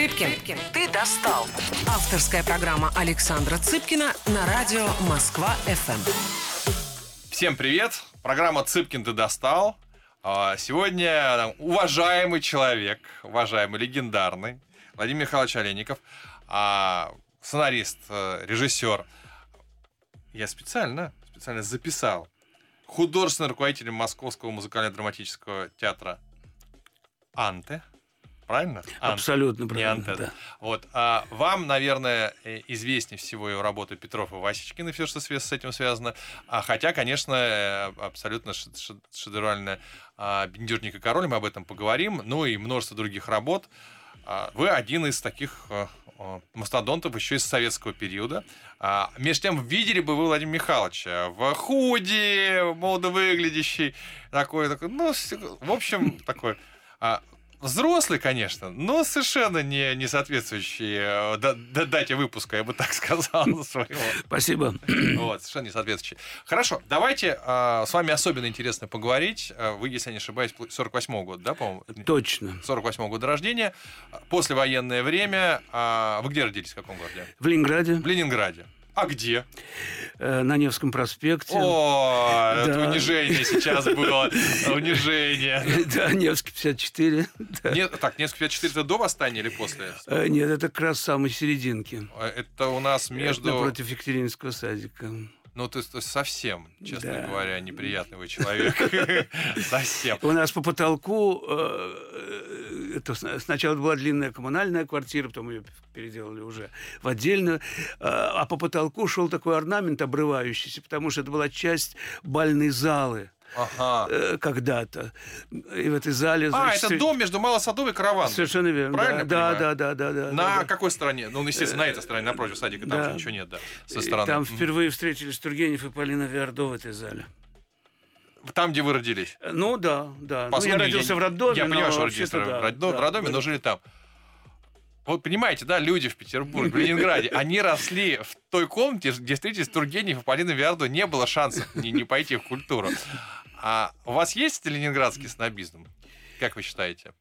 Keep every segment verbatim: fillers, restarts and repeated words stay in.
Цыпкин, ты достал. Авторская программа Александра Цыпкина на радио Москва-эф эм. Всем привет. Программа «Цыпкин, ты достал». Сегодня уважаемый человек, уважаемый, легендарный Владимир Михайлович Олейников, сценарист, режиссер. Я специально, специально записал художественный руководитель Московского музыкально-драматического театра «Анте». Правильно? Абсолютно Анте. правильно. Не Анте. Да. Вот. А вам, наверное, известнее всего его работы Петров и Васечкин и все, что с этим связано. А хотя, конечно, абсолютно шедевральная «Бендюжник и король», мы об этом поговорим. Ну и множество других работ. Вы один из таких мастодонтов еще из советского периода. Между тем, видели бы вы Владимира Михайловича в худи, молодо выглядящий, такой, такой, ну, в общем, такой... Взрослый, конечно, но совершенно не, не соответствующий э, д- д- дате выпуска, я бы так сказал. Своего. Спасибо. Вот, совершенно не соответствующий. Хорошо, давайте э, с вами особенно интересно поговорить. Вы, если я не ошибаюсь, сорок восьмого года, да, по-моему? Точно. сорок восьмого года рождения. Послевоенное время. Э, вы где родились, в каком городе? В Ленинграде. В Ленинграде. А где? На Невском проспекте. О, да. Это унижение сейчас было. Унижение. Да, Невский пятьдесят четыре. Да. Нет, так, Невский пятьдесят четыре это до восстания или после? Нет, это как раз в самой серединке. Это у нас между... Это напротив Екатерининского садика. Ну, то есть, то есть совсем, честно да. говоря, неприятный вы человек. Совсем. У нас по потолку... Это сначала была длинная коммунальная квартира, потом ее переделали уже в отдельную. А по потолку шел такой орнамент обрывающийся, потому что это была часть бальной залы. Ага. Когда-то. И в этой зале... А, значит, это дом между Малосадовой и Караванной. Совершенно верно. Правильно да, я да, да, да, да. На да, какой стороне? Ну, естественно, на этой стороне, напротив садика, там да. же ничего нет, да, со стороны. Там впервые встретились Тургенев и Полина Виардо в этой зале. Там, где вы родились? Ну, да, да. Ну, я родился я, в роддоме, Я понимаю, но что родился да, в роддоме, да, в роддоме да. но жили там. Вот понимаете, да, люди в Петербурге, в Ленинграде, они росли в той комнате, где встретились Тургенев и Полина Виардо, не было шансов не, не пойти в культуру. А у вас есть ленинградский снобизм? Как вы считаете?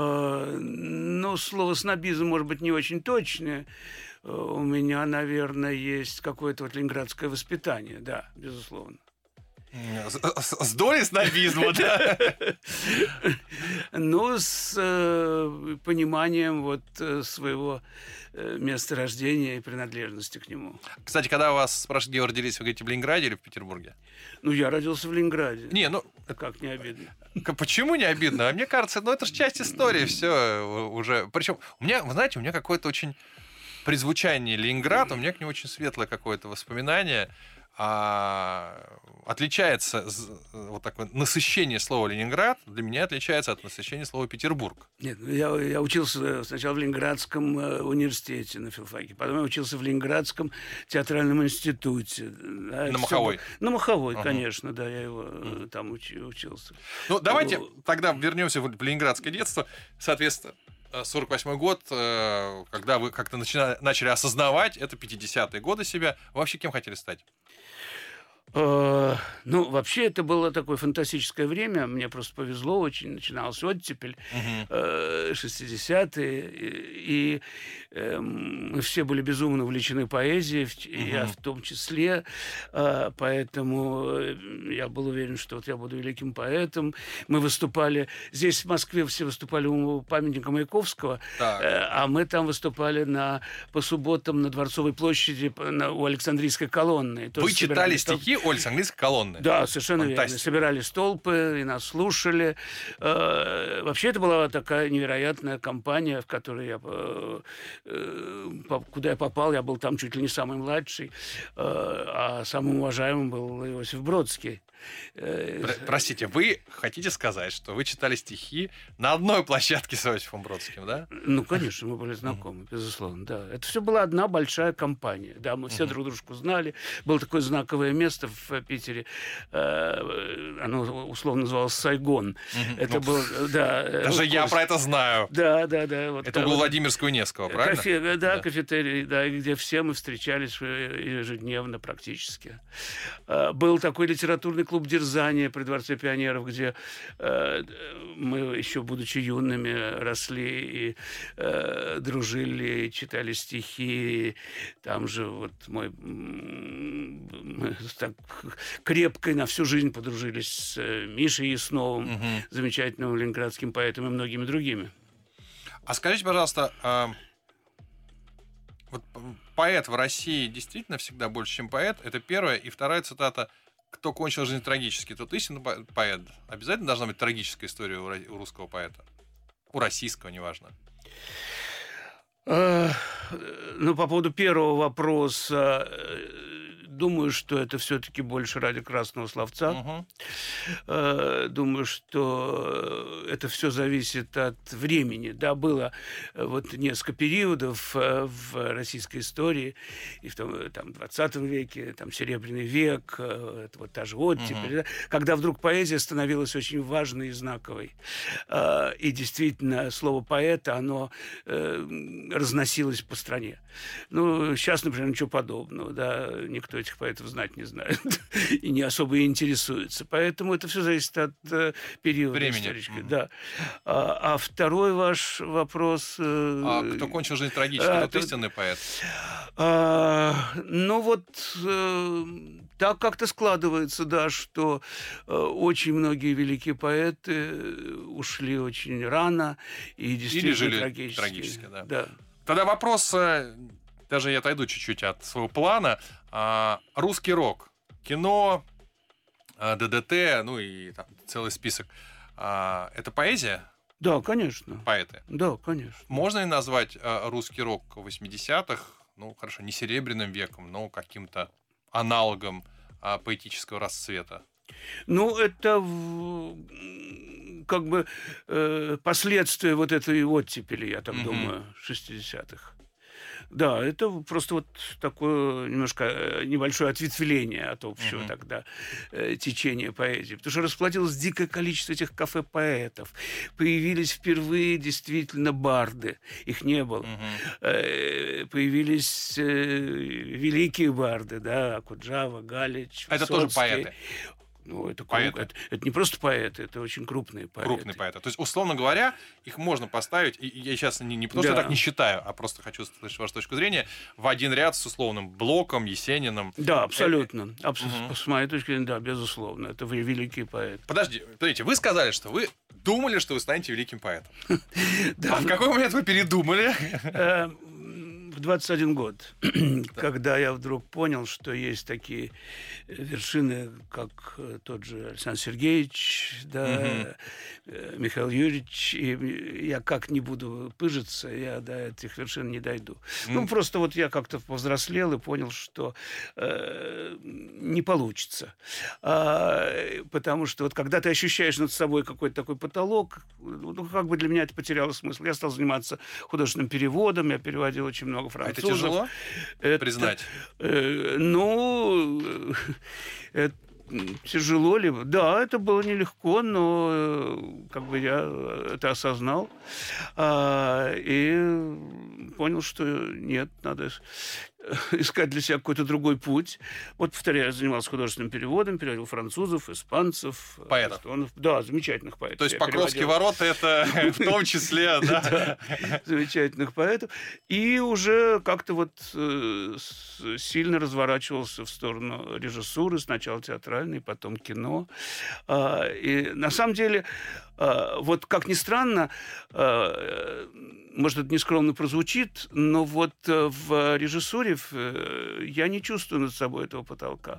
Ну, слово снобизм, может быть, не очень точное. У меня, наверное, есть какое-то вот ленинградское воспитание, да, безусловно. С, с долей снобизма, да? Ну, с э, пониманием вот своего э, места рождения и принадлежности к нему. Кстати, когда вас спрашивают, где вы родились, вы говорите, в Ленинграде или в Петербурге? Ну, я родился в Ленинграде. Не, ну... Как не обидно. Почему не обидно? Мне кажется, ну, это же часть истории, все уже... Причем, у меня, вы знаете, у меня какое-то очень... При звучании Ленинград, у меня к нему очень светлое какое-то воспоминание... А, отличается вот такое насыщение слова Ленинград для меня отличается от насыщения слова Петербург. Нет, я, я учился сначала в Ленинградском университете на филфаке, потом я учился в Ленинградском театральном институте. Да, на Маховой? Все... На Маховой, uh-huh. конечно, да, я его uh-huh. там уч... учился. Ну, давайте uh-huh. тогда вернемся в ленинградское детство. Соответственно, сорок восьмой год, когда вы как-то начали, начали осознавать, это пятидесятые годы себя, вы вообще кем хотели стать? Ну, вообще, это было такое фантастическое время. Мне просто повезло очень. Начинался оттепель, uh-huh. шестидесятые. И, и мы все были безумно увлечены поэзией, uh-huh. я в том числе. Поэтому я был уверен, что вот я буду великим поэтом. Мы выступали... Здесь, в Москве, все выступали у памятника Маяковского, так. а мы там выступали на, по субботам на Дворцовой площади на, у Александрийской колонны. Вы читали стихи у Александрийской колонны? Да, совершенно верно. Собирали столпы и нас слушали. Вообще, это была такая невероятная компания, в которой я... Куда я попал, я был там чуть ли не самый младший, а самым уважаемым был Иосиф Бродский. Простите, вы хотите сказать, что вы читали стихи на одной площадке с Иосифом Бродским, да? Ну, конечно, мы были знакомы, uh-huh. безусловно, да. Это все была одна большая компания, да, мы все uh-huh. друг дружку знали. Было такое знаковое место в Питере, оно условно называлось Сайгон. Uh-huh. Это ну, был, да. Даже я курс. Про это знаю. Да, да, да. Вот, это да, был вот, Владимирского и Невского, правильно? Кофе, да, да, кафетерий, да, где все мы встречались ежедневно практически. Был такой литературный клуб клуб дерзания при Дворце пионеров, где э, мы еще, будучи юными, росли и э, дружили, читали стихи. Там же вот мой... Мы так крепко на всю жизнь подружились с Мишей Ясновым, угу. замечательным ленинградским поэтом, и многими другими. А скажите, пожалуйста, э, вот поэт в России действительно всегда больше, чем поэт? Это первое. И вторая цитата. Кто кончил жизнь трагически, тот истинный поэт. Обязательно должна быть трагическая история у русского поэта? У российского, неважно. Ну, по поводу первого вопроса, думаю, что это все-таки больше ради красного словца. Угу. Думаю, что это все зависит от времени. Да, было вот несколько периодов в российской истории, и в том, там, двадцатом веке, там, Серебряный век, это вот та же оттепель, угу. да, когда вдруг поэзия становилась очень важной и знаковой. И действительно, слово поэта, оно разносилось по стране. Ну, сейчас, например, ничего подобного, да, никто этих поэтов знать не знает и не особо и интересуется. Поэтому это все зависит от э, периода времени. Исторического. Mm-hmm. Да. А, а второй ваш вопрос... Э, а кто кончил жизнь трагически? А, тот истинный поэт? А, ну вот э, так как-то складывается, да, что э, очень многие великие поэты ушли очень рано и действительно Или жили трагически. трагически, да. да. Тогда вопрос, даже я отойду чуть-чуть от своего плана. Русский рок, кино, ДДТ, ну и там целый список. Это поэзия? Да, конечно. Поэты? Да, конечно. Можно ли назвать русский рок восьмидесятых, ну хорошо, не серебряным веком, но каким-то аналогом поэтического расцвета? Ну, это как бы э, последствия вот этой оттепели, я так mm-hmm. думаю, шестидесятых. Да, это просто вот такое немножко небольшое ответвление от общего mm-hmm. тогда э, течения поэзии. Потому что расплодилось дикое количество этих кафе-поэтов. Появились впервые действительно барды. Их не было. Mm-hmm. Э, появились э, великие барды, да, Акуджава, Галич, Это Высоцкий. Тоже поэты? Ну, это, поэты. Это, это не просто поэты, это очень крупные поэты. Крупные поэты. То есть, условно говоря, их можно поставить, и я сейчас не, не потому, да. что я так не считаю, а просто хочу слышать вашу точку зрения, в один ряд с условным Блоком, Есениным. Да, абсолютно. Это... Абс... Угу. С моей точки зрения, да, безусловно. Это великие поэты. Подожди, подождите, вы сказали, что вы думали, что вы станете великим поэтом. А в какой момент вы передумали? В двадцать один год, когда я вдруг понял, что есть такие вершины, как тот же Александр Сергеевич, да, угу. Михаил Юрьевич, и я как не буду пыжиться, я до этих вершин не дойду. Mm. Ну, просто вот я как-то повзрослел и понял, что э, не получится. А, потому что вот когда ты ощущаешь над собой какой-то такой потолок, ну, как бы для меня это потеряло смысл. Я стал заниматься художественным переводом, я переводил очень много французов. А это тяжело это, признать? Э, ну, это тяжело ли? Да, это было нелегко, но как бы я это осознал а, и понял, что нет, надо искать для себя какой-то другой путь. Вот, повторяю, я занимался художественным переводом, переводил французов, испанцев. Поэтов. Эстонов. Да, замечательных поэтов. То есть Покровские ворота это в том числе, да? Замечательных поэтов. И уже как-то вот сильно разворачивался в сторону режиссуры, сначала театральной, потом кино. И на самом деле, вот как ни странно, может, это нескромно прозвучит, но вот в режиссуре я не чувствую над собой этого потолка.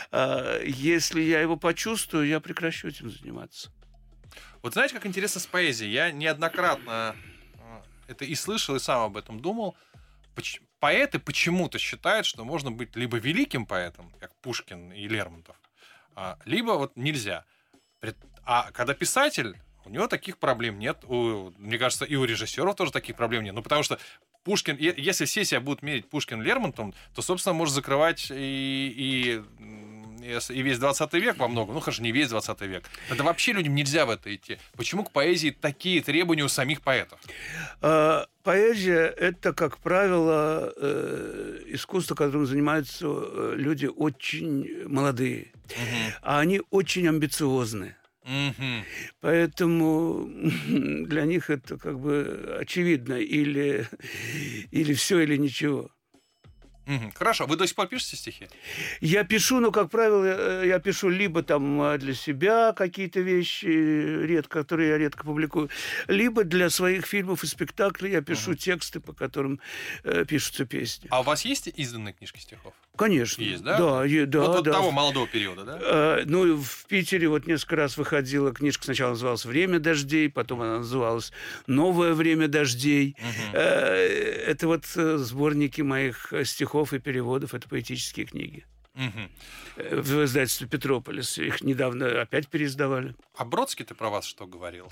Если я его почувствую, я прекращу этим заниматься. Вот знаете, как интересно с поэзией? Я неоднократно это и слышал, и сам об этом думал. Поэты почему-то считают, что можно быть либо великим поэтом, как Пушкин и Лермонтов, либо вот нельзя. А когда писатель... У него таких проблем нет. У, мне кажется, и у режиссеров тоже таких проблем нет. Ну, потому что Пушкин, если все себя будут мерить Пушкин Лермонтовым, то, собственно, может закрывать и, и, и весь двадцатый век во многом. Ну, хорошо, не весь двадцатый век. Это вообще людям нельзя в это идти. Почему к поэзии такие требования у самих поэтов? поэзия – это, как правило, э, искусство, которым занимаются э, люди очень молодые. Мгм. А они очень амбициозны. Мгм. Поэтому для них это как бы очевидно. Или, или все, или ничего. Мгм. Хорошо. Вы до сих пор пишете стихи? Я пишу, но, как правило, э, я пишу либо там э, для себя какие-то вещи, э, редко, которые я редко публикую, либо для своих фильмов и спектаклей я пишу тексты, по которым э, пишутся песни. А у вас есть изданные книжки стихов? Конечно. Есть, да? Да, е- да, вот вот да. того молодого периода, да? Э, Ну, в Питере вот несколько раз выходила книжка. Сначала называлась «Время дождей», потом она называлась «Новое время дождей». Мгм. Э, Это вот э, сборники моих э, стихов и переводов. Это поэтические книги. Мгм. Э, В издательстве «Петрополис». Их недавно опять переиздавали. А Бродский-то про вас что говорил?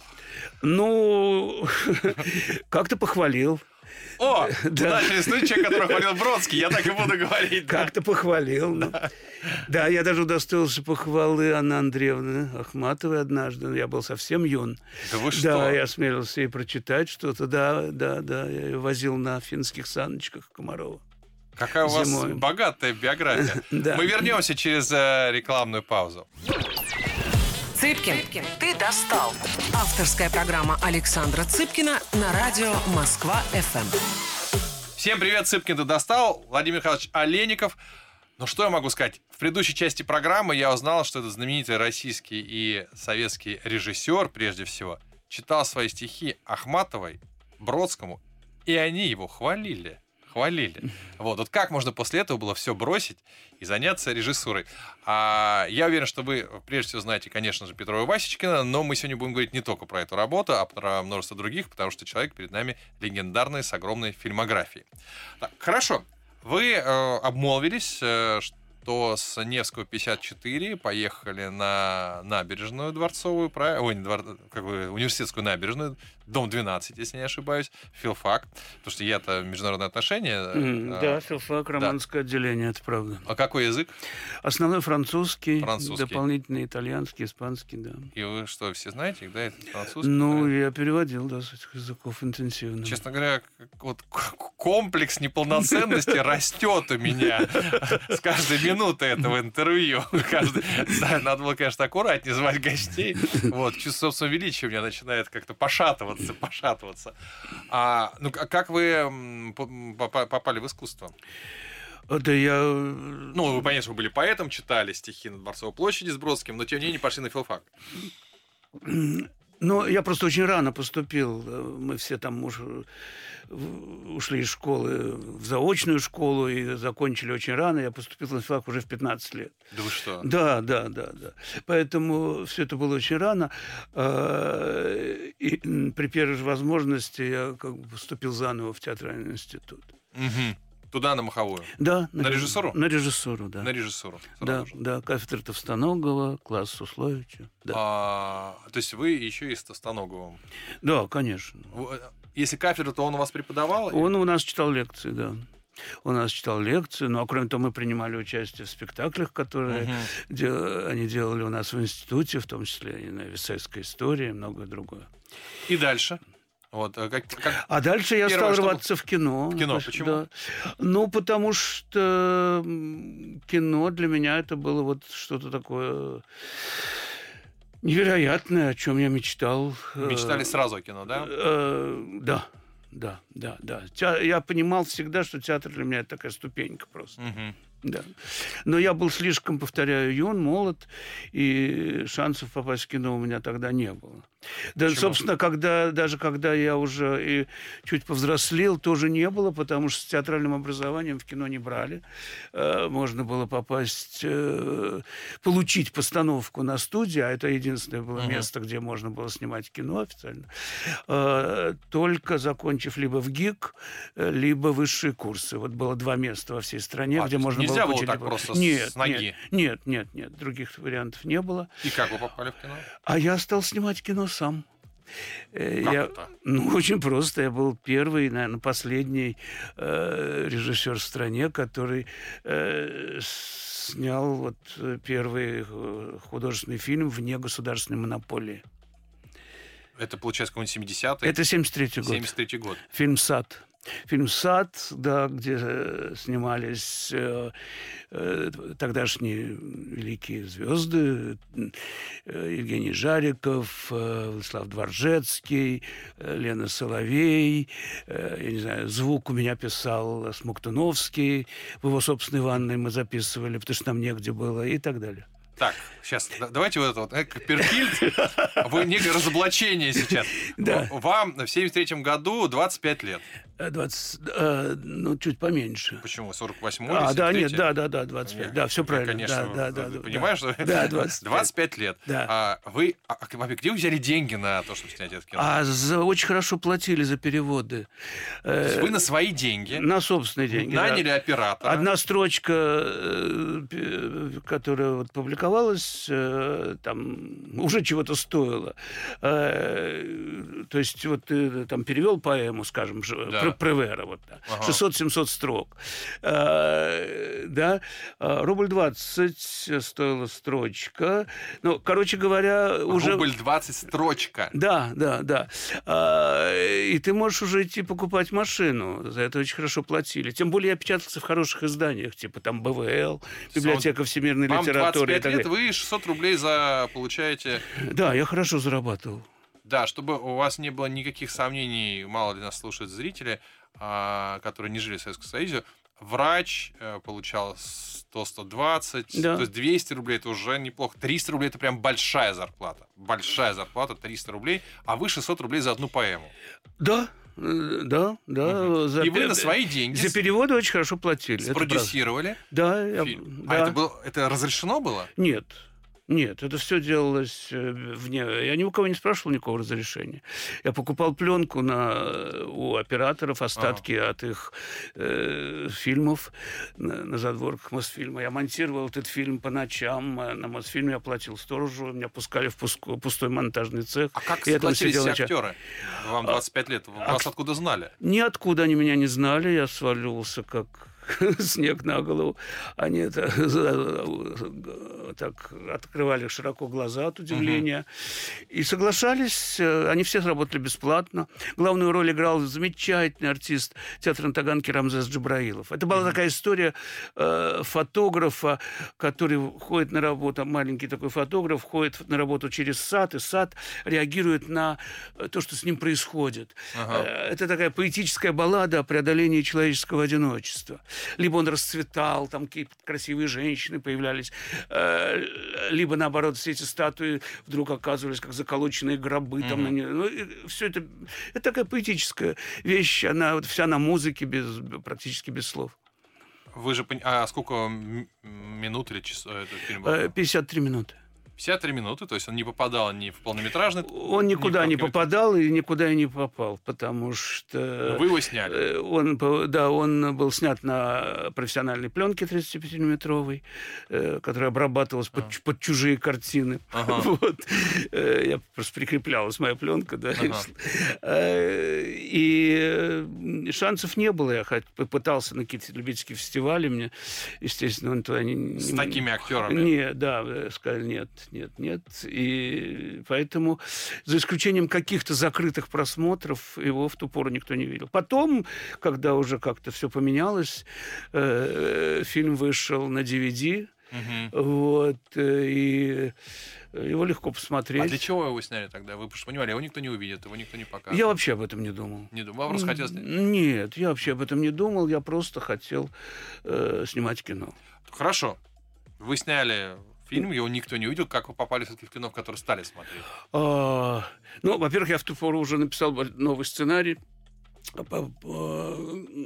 Ну, как-то похвалил. О, Да. начали слышать человек, который хвалил Бродский, я так и буду говорить. да. Как-то похвалил. ну. Да, я даже удостоился похвалы Анны Андреевны Ахматовой однажды. Я был совсем юн. Да вы что? Да, я осмелился ей прочитать что-то. Да, да, да. Я ее возил на финских саночках Комарова. Какая у вас Зимой. богатая биография. Да. Мы вернемся через э, рекламную паузу. Цыпкин, ты достал. Авторская программа Александра Цыпкина на радио Москва-ФМ. Всем привет, Цыпкин, ты достал. Владимир Михайлович Олейников. Ну что я могу сказать? В предыдущей части программы я узнал, что это знаменитый российский и советский режиссер, прежде всего, читал свои стихи Ахматовой, Бродскому, и они его хвалили. Хвалили. Вот. вот как можно после этого было все бросить и заняться режиссурой? А я уверен, что вы прежде всего знаете, конечно же, Петрова и Васечкина, но мы сегодня будем говорить не только про эту работу, а про множество других, потому что человек перед нами легендарный, с огромной фильмографией. Так, хорошо. Вы э, обмолвились, э, что с Невского пятьдесят четыре поехали на набережную Дворцовую, правильно? Ой, не двор... как бы университетскую набережную, дом двенадцать, если не ошибаюсь, филфак, потому что я-то международные отношения. М, э, Да, филфак, романское отделение, это правда. А какой язык? Основной французский, Французский. дополнительный итальянский, испанский, да. И вы что, все знаете их, да? Это французский? Ну, правильно? я переводил, да, с этих языков интенсивно. Честно говоря, к- вот к- комплекс неполноценности растет у меня с каждой минуты этого интервью. Каждый- Да, надо было, конечно, аккуратнее звать гостей. Вот, чувство собственного величия у меня начинает как-то пошатываться, пошатываться. А, ну, к- как вы м, по- попа- попали в искусство? А, Да я... Ну, вы, понятно, что вы были поэтом, читали стихи на Дворцовой площади с Бродским, но тем не менее пошли на филфак. Ну, я просто очень рано поступил. Мы все там уж в- ушли из школы в заочную школу и закончили очень рано. Я поступил на филфак уже в пятнадцать лет. Да вы что? Да, да, да, да. Поэтому все это было очень рано. А, И м, при первой же возможности я как бы поступил заново в театральный институт. Мгм. Туда, на Маховую? Да. На режиссуру? На режиссуру, да. На режиссуру. Да, сразу же. да, кафедра Товстоногова, класс Сусловича. Да. А, то есть вы еще и с Товстоноговым. Да, конечно. Вы- Если кафедру, то он у вас преподавал? Он у нас читал лекции, да. Он у нас читал лекции, ну, а кроме того, мы принимали участие в спектаклях, которые Мгм. дел- они делали у нас в институте, в том числе и на Висайской истории, и многое другое. И дальше? Вот, а как, как- А дальше я Первое, стал что рваться в кино. В кино, Пош- почему? да. Ну, потому что м, кино для меня это было вот что-то такое невероятное, о чем я мечтал. Мечтали Э, сразу о кино, да? э, Да, да, да, да. Те- Я понимал всегда, что театр для меня это такая ступенька просто. Мгм. Да. Но я был слишком, повторяю, юн, молод, и шансов попасть в кино у меня тогда не было. Да, Почему? собственно, когда, даже когда я уже и чуть повзрослел, тоже не было, потому что с театральным образованием в кино не брали. Э, Можно было попасть, э, получить постановку на студии, а это единственное было Мгм. место, где можно было снимать кино официально, э, только закончив либо в ГИК, э, либо высшие курсы. Вот было два места во всей стране, А, где то есть можно нельзя было было получить так диплом. просто с нет, ноги? Нет, нет, нет, нет, других вариантов не было. И как вы попали в кино? А я стал снимать кино сам. Э, Как я, это? Ну, очень просто. Я был первый, наверное, последний э, режиссер в стране, который э, снял вот э, первый э, художественный фильм вне государственной монополии. Это, получается, какой-нибудь семидесятый? Это семьдесят третий год. семьдесят третий год. Фильм «Сад». Фильм «Сад», да, где снимались э, э, тогдашние великие звезды. Э, Евгений Жариков, э, Владислав Дворжецкий, э, Лена Соловей. Э, я не знаю, звук у меня писал Смоктуновский. В его собственной ванной мы записывали, потому что нам негде было, и так далее. Так, сейчас, давайте вот это вот, как Перкильд, вы некое разоблачение сейчас. Да. Вам в семьдесят третьем году двадцать пять лет. двадцать, э, ну, чуть поменьше. Почему? сорок восьмой? А, да, нет, да, да, да, двадцать пять. Да, все Я, правильно. конечно, да, да, вы да, понимаешь, да, что да, двадцать пять. двадцать пять лет. Да. А вы, а, а где вы взяли деньги на то, чтобы снять это кино? А за, очень хорошо платили за переводы. То есть вы на свои деньги, На собственные деньги. наняли да. оператора. Одна строчка, э, которая вот публиковалась, э, там уже чего-то стоила. Э, то есть вот ты там перевел поэму, скажем, Да. про Превера, вот, да, Ага. шестьсот-семьсот строк. Э, да, э, рубль двадцать стоила строчка. Ну, короче говоря, уже... Рубль двадцать строчка. Да, да, да. А, и ты можешь уже идти покупать машину. За это очень хорошо платили. Тем более я печатался в хороших изданиях, типа там Бэ Вэ Эл, Библиотека всемирной Вам литературы. двадцать и так пять лет, далее. вы шестьсот рублей за получаете... Да, я хорошо зарабатывал. Да, чтобы у вас не было никаких сомнений, мало ли нас слушают зрители, а, которые не жили в Советском Союзе, врач э, получал сто - сто двадцать, Да. то есть двести рублей это уже неплохо. триста рублей это прям большая зарплата. Большая зарплата, триста рублей, а вы шестьсот рублей за одну поэму. Да, э, да, да. Мгм. За И вы пе- на свои деньги За переводы очень хорошо платили. это правда. спродюсировали Да, я- фильм. да. А это, было, это разрешено было? Нет. Нет, это все делалось э, вне. Я ни у кого не спрашивал никакого разрешения. Я покупал пленку на, у операторов, остатки от их э, фильмов на, на задворках Мосфильма. Я монтировал этот фильм по ночам. а На Мосфильме я платил сторожу, меня пускали в пуск- пустой монтажный цех. А как И это согласились сидел все на час. актеры? Вам двадцать пять лет. а Вас к- откуда знали? Ниоткуда они меня не знали. Я свалился как снег на голову. Они это так открывали широко глаза от удивления. И соглашались. э, Они все сработали бесплатно. Главную роль играл замечательный артист театра на Таганке Рамзес Джабраилов. Это была такая история э, фотографа, который ходит на работу, маленький такой фотограф, ходит на работу через сад, и сад реагирует на э, то, что с ним происходит. Ага. Э, Это такая поэтическая баллада о преодолении человеческого одиночества. Либо он расцветал, там какие-то красивые женщины появлялись, э, либо, наоборот, все эти статуи вдруг оказывались как заколоченные гробы. Там, на не- ну, все это, это такая поэтическая вещь, она вот вся на музыке, без, практически без слов. Вы же пони- А сколько м- минут или часов этот фильм был? Э, пятьдесят три минуты. пятьдесят три минуты, то есть он не попадал ни в полнометражный. Он никуда ни в не какой-нибудь- попадал и никуда и не попал, потому что... Но вы его сняли. Э, Он, по- да, он был снят на профессиональной пленке тридцатипятимиллиметровой, э, которая обрабатывалась под, чу- под чужие картины. Ага. Вот. Э, Я просто прикреплялась, моя пленка, да. Ага. Э, И э, шансов не было. Я хоть попытался на какие-то любительские фестивали, мне, естественно, он туда не... не- С такими актерами. Не, да, э, сказали нет, нет, нет. И поэтому, за исключением каких-то закрытых просмотров, его в ту пору никто не видел. Потом, когда уже как-то все поменялось, э, фильм вышел на ди ви ди, Мгм. вот, э, и его легко посмотреть. А для чего вы его сняли тогда? Вы просто понимали, его никто не увидит, его никто не покажет. Я вообще об этом не думал. Не думаю, вам просто хотелось снять. Нет, я вообще об этом не думал, я просто хотел э, снимать кино. Хорошо. Вы сняли фильм, его никто не увидел. Как вы попали все-таки в кино, в которое стали смотреть? А, ну, во-первых, я в ту пору уже написал новый сценарий. По- по-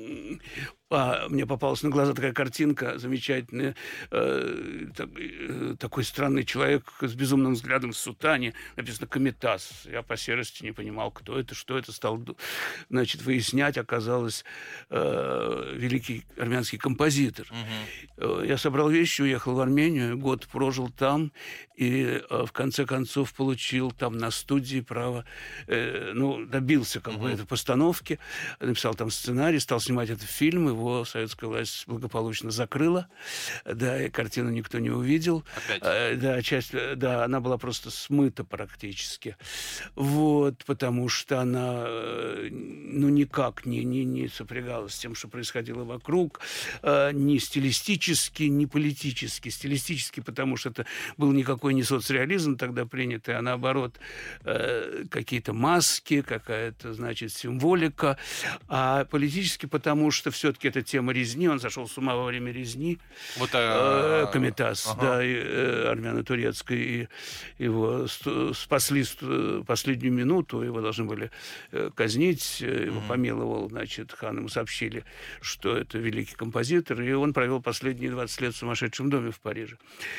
а, мне попалась на глаза такая картинка замечательная. Э, так- э, такой странный человек с безумным взглядом в сутане. Написано «Комитас». Я по серости не понимал, кто это, что это. Стал, ду- значит, выяснять. Оказалось, э, великий армянский композитор. Мгм. Э, Я собрал вещи, уехал в Армению, год прожил там, и э, в конце концов получил там на студии право, э, ну, добился как бы Мгм. этой постановки, написал там сценарий, стал снимать этот фильм, и его советская власть благополучно закрыла. Да, и картину никто не увидел. Опять? Э, да, часть, да, она была просто смыта практически. Вот, потому что она, э, ну, никак не, не, не сопрягалась с тем, что происходило вокруг, э, ни стилистически, ни политически. Стилистически, потому что это был никакой не соцреализм тогда принятый, а наоборот, э, какие-то маски, какая-то, значит, символика. А политически, потому что все-таки эта тема резни, он сошел с ума во время резни. Вот, э, э, Комитас, ага. да, и, э, армяно-турецкой, и его ст- спасли ст- последнюю минуту, его должны были э, казнить, э, его Мгм. помиловал, значит, хан, ему сообщили, что это великий композитор, и он провел последние двадцать лет в сумасшедшем доме в Париже,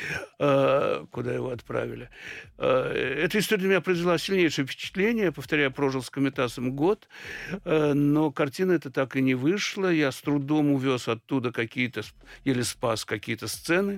э, куда его отправили. Э, эта история для меня произвела сильнейшее впечатление. Я, повторяю, прожил с Комитасом год, э, но картина эта так и не вышла. Я с трудом увез оттуда какие-то, сп- еле спас какие-то сцены.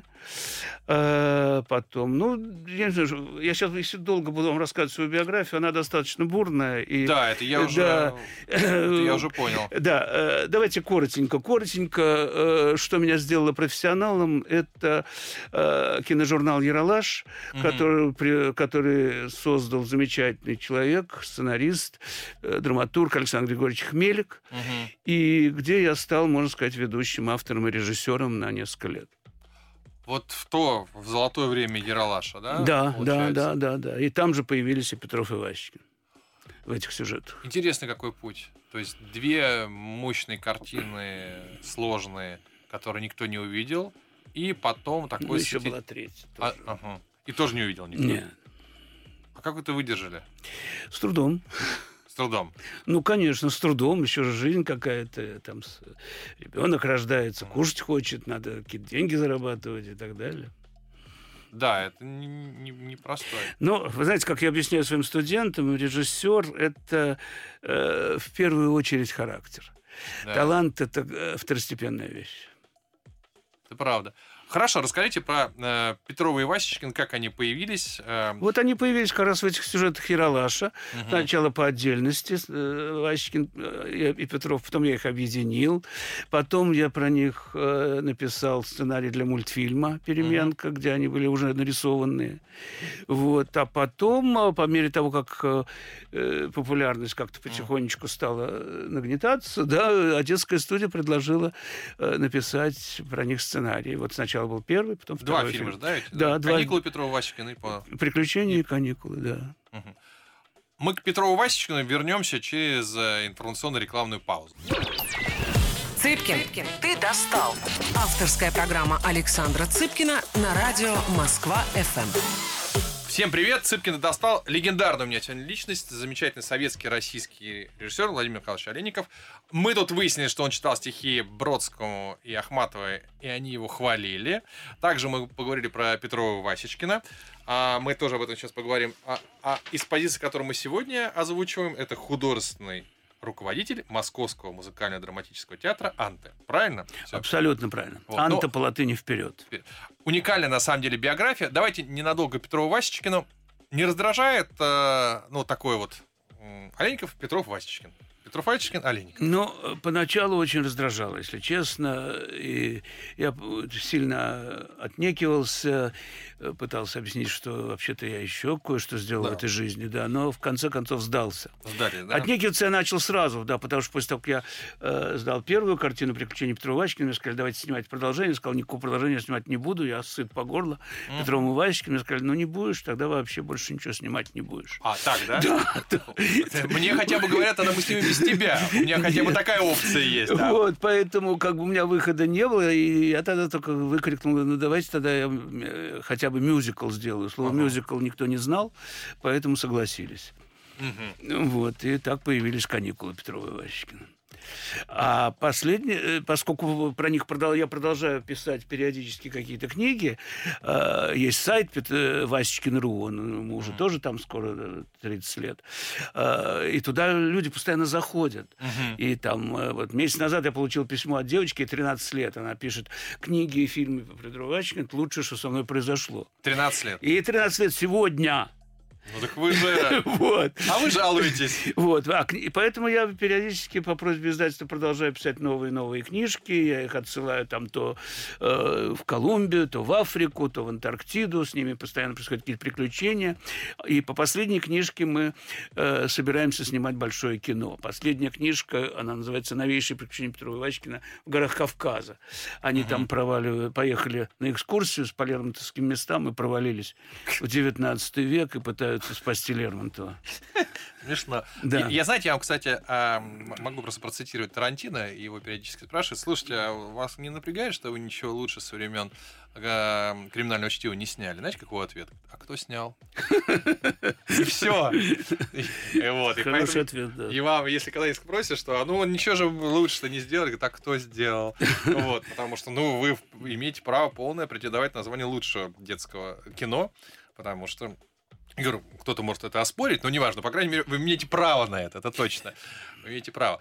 Э, потом, ну, я не знаю, я сейчас, если долго буду вам рассказывать свою биографию, она достаточно бурная. И, Да, это я уже, да, это я уже понял. да, э, давайте коротенько. Коротенько, э, что меня сделало профессионалом, это э, киножурнал «Ералаш», Мгм. который, при- который создал замечательный человек, сценарист, э, драматург Александр Григорьевич Хмелик, Мгм. и где я стал, можно сказать, ведущим автором и режиссером на несколько лет. Вот в то, в золотое время Ералаша, да? Да, да, получается? да, да, да. И там же появились и Петров, и Васечкин в этих сюжетах. Интересный какой путь. То есть две мощные картины, сложные, которые никто не увидел, и потом Ну, такой... еще стиль- была третья. А, тоже. ага. И тоже не увидел никто. Нет, А как вы это выдержали? с трудом. С трудом. Ну, конечно, с трудом. Еще же жизнь какая-то. Там с- ребенок рождается, кушать хочет, надо какие-то деньги зарабатывать и так далее. Да, это не, не, не простое. Но, вы знаете, как я объясняю своим студентам, режиссер – это э, в первую очередь характер. Да, Талант – это э, второстепенная вещь. это правда. Хорошо, расскажите про э, Петрова и Васечкин, как они появились. э, Вот они появились как раз в этих сюжетах Ералаша. мгм. Сначала по отдельности, э, Васечкин э, и Петров, потом я их объединил. Потом я про них э, написал сценарий для мультфильма «Переменка», где они были уже нарисованные. Вот. А потом, э, по мере того, как э, э, популярность как-то потихонечку стала э, нагнетаться, да, Одесская студия предложила э, написать про них сценарий. Вот сначала был первый, потом Два второй фильма фильм. же, да? ведь? Да, два- «Каникулы» Петрова Васечкина и по... «Приключения и каникулы», да. Мгм. Мы к Петрову Васечкину вернемся через э, информационно-рекламную паузу. Цыпкин, ты достал. Авторская программа Александра Цыпкина на радио Москва-эф эм. Всем привет, Цыпкин достал. Легендарная у меня сегодня личность, замечательный советский российский режиссер Владимир Михайлович Олейников. Мы тут выяснили, что он читал стихи Бродскому и Ахматовой, и они его хвалили. Также мы поговорили про Петрова и Васечкина. А мы тоже об этом сейчас поговорим. А, а из позиции, которую мы сегодня озвучиваем, это художественный руководитель Московского музыкально-драматического театра «Анте». Правильно? Всё. Абсолютно правильно. Вот, Анта но- по латыни вперед. Уникальная, на самом деле, биография. Давайте ненадолго Петрова Васечкину. Не раздражает, э, ну, такой вот м, Олейников, Петров, Васечкин. Петров, Васечкин, Олейников. Ну, э, поначалу очень раздражало, если честно. И я п- сильно отнекивался, э, пытался объяснить, что вообще-то я еще кое-что сделал Да. в этой жизни, да, но в конце концов сдался. Сдали, да? Отнекиваться я начал сразу, да, потому что после того, как я э, сдал первую картину «Приключения Петрова Васечкина», мне сказали, давайте снимать продолжение. Я сказал, никакого продолжения снимать не буду, я сыт по горло Мгм. Петровым и Васечкиным. Мне сказали, ну не будешь, тогда вообще больше ничего снимать не будешь. А, так, да? Мне хотя бы говорят, тогда мы с ними без тебя. У меня хотя бы такая опция есть. да. Вот, поэтому как бы у меня выхода не было, и я тогда только выкрикнул, ну давайте тогда я э, хотя бы мюзикл сделаю. Слово Ага. мюзикл никто не знал, поэтому согласились. Мгм. Вот, и так появились «Каникулы» Петрова и Васечкина. А последнее, э, поскольку про них продол- я продолжаю писать периодически какие-то книги, э, есть сайт Пет- э, Васечкин точка ру, он, ему уже Мгм. тоже там скоро э, тридцать лет, э, и туда люди постоянно заходят. Мгм. И там, э, вот месяц назад я получил письмо от девочки, ей тринадцать лет, она пишет, книги и фильмы по Петру Васечкину — это лучшее, что со мной произошло. тринадцать лет. И ей тринадцать лет сегодня. Ну так вы же... Вот. А вы жалуетесь. Вот. А, и поэтому я периодически по просьбе издательства продолжаю писать новые-новые книжки. Я их отсылаю там то э, в Колумбию, то в Африку, то в Антарктиду. С ними постоянно происходят какие-то приключения. И по последней книжке мы э, собираемся снимать большое кино. Последняя книжка, она называется «Новейшие приключения Петрова и Васечкина в горах Кавказа». Они uh-huh. там проваливали, поехали на экскурсию с по лермонтовским местам и провалились в девятнадцатый век и пытаются спасти Лермонтова. Смешно. Да. Я, я, знаете, я вам, кстати, могу просто процитировать Тарантино, и его периодически спрашивают: слушайте, а вас не напрягает, что вы ничего лучше со времен «Криминального чтива» не сняли? Знаете, какой ответ? А кто снял? И все. Хороший ответ, да. И вам, если когда-нибудь спросят, что ну ничего же лучше-то не сделали, так кто сделал? Вот, потому что, ну, вы имеете право полное претендовать на название лучшего детского кино, потому что, я говорю, кто-то может это оспорить, но неважно, по крайней мере, вы имеете право на это, это точно. Вы имеете право.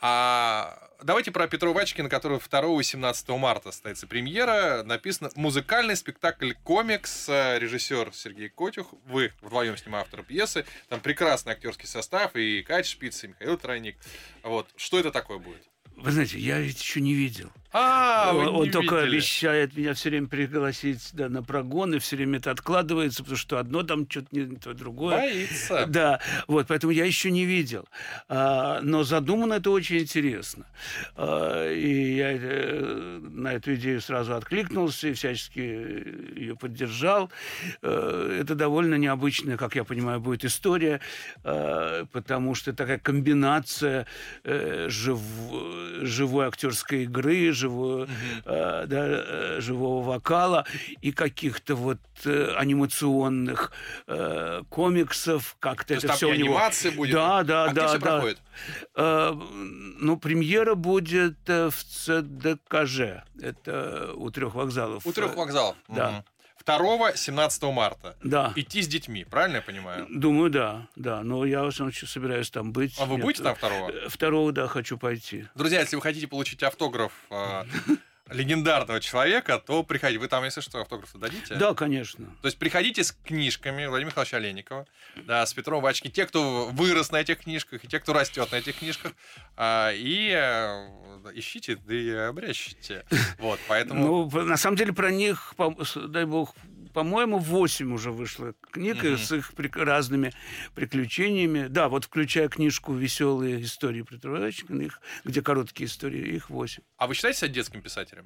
А давайте про Петрова Васечкина, который второго и семнадцатого марта состоится премьера. Написано музыкальный спектакль-комикс, режиссер Сергей Котюх. Вы вдвоем с ним авторы пьесы. Там прекрасный актерский состав, и Катя Шпиц, и Михаил Тройник. Вот. Что это такое будет? Вы знаете, я ведь еще не видел. А, вы Он не только видели. обещает меня все время пригласить, да, на прогон, и все время это откладывается, потому что одно там что-то не то, другое. Боится. Да, вот, поэтому я еще не видел. А, но задумано это очень интересно. А, и я э, на эту идею сразу откликнулся и всячески ее поддержал. А, это довольно необычная, как я понимаю, будет история, а, потому что такая комбинация э, жив, живой актерской игры, живого, mm-hmm. э, да, э, живого вокала и каких-то вот э, анимационных э, комиксов, как-то то это все у него. Анимация будет. Да, да, а да, где все да. проходит? Э, ну, премьера будет э, в ЦДКЖ. Это у трех вокзалов. У трех вокзалов. Да. Угу. второго семнадцатого марта. Да. Идти с детьми, правильно я понимаю? Думаю, да, да. Но я в основном собираюсь там быть. А вы Нет, будете там второго? Второго, да, хочу пойти. Друзья, если вы хотите получить автограф э, легендарного человека, то приходите. Вы там, если что, автографы дадите? Да, конечно. То есть приходите с книжками Владимира Михайловича Олейникова, да, с Петром Васечкиным, те, кто вырос на этих книжках, и те, кто растет на этих книжках, э, и э, ищите, да и обрящите. Вот, поэтому... Ну, на самом деле про них, дай бог, по-моему, восемь уже вышло книг mm-hmm. с их при... разными приключениями. Да, вот включая книжку «Веселые истории Петрова Васечкина», их, где короткие истории, их восемь. А вы считаете себя детским писателем?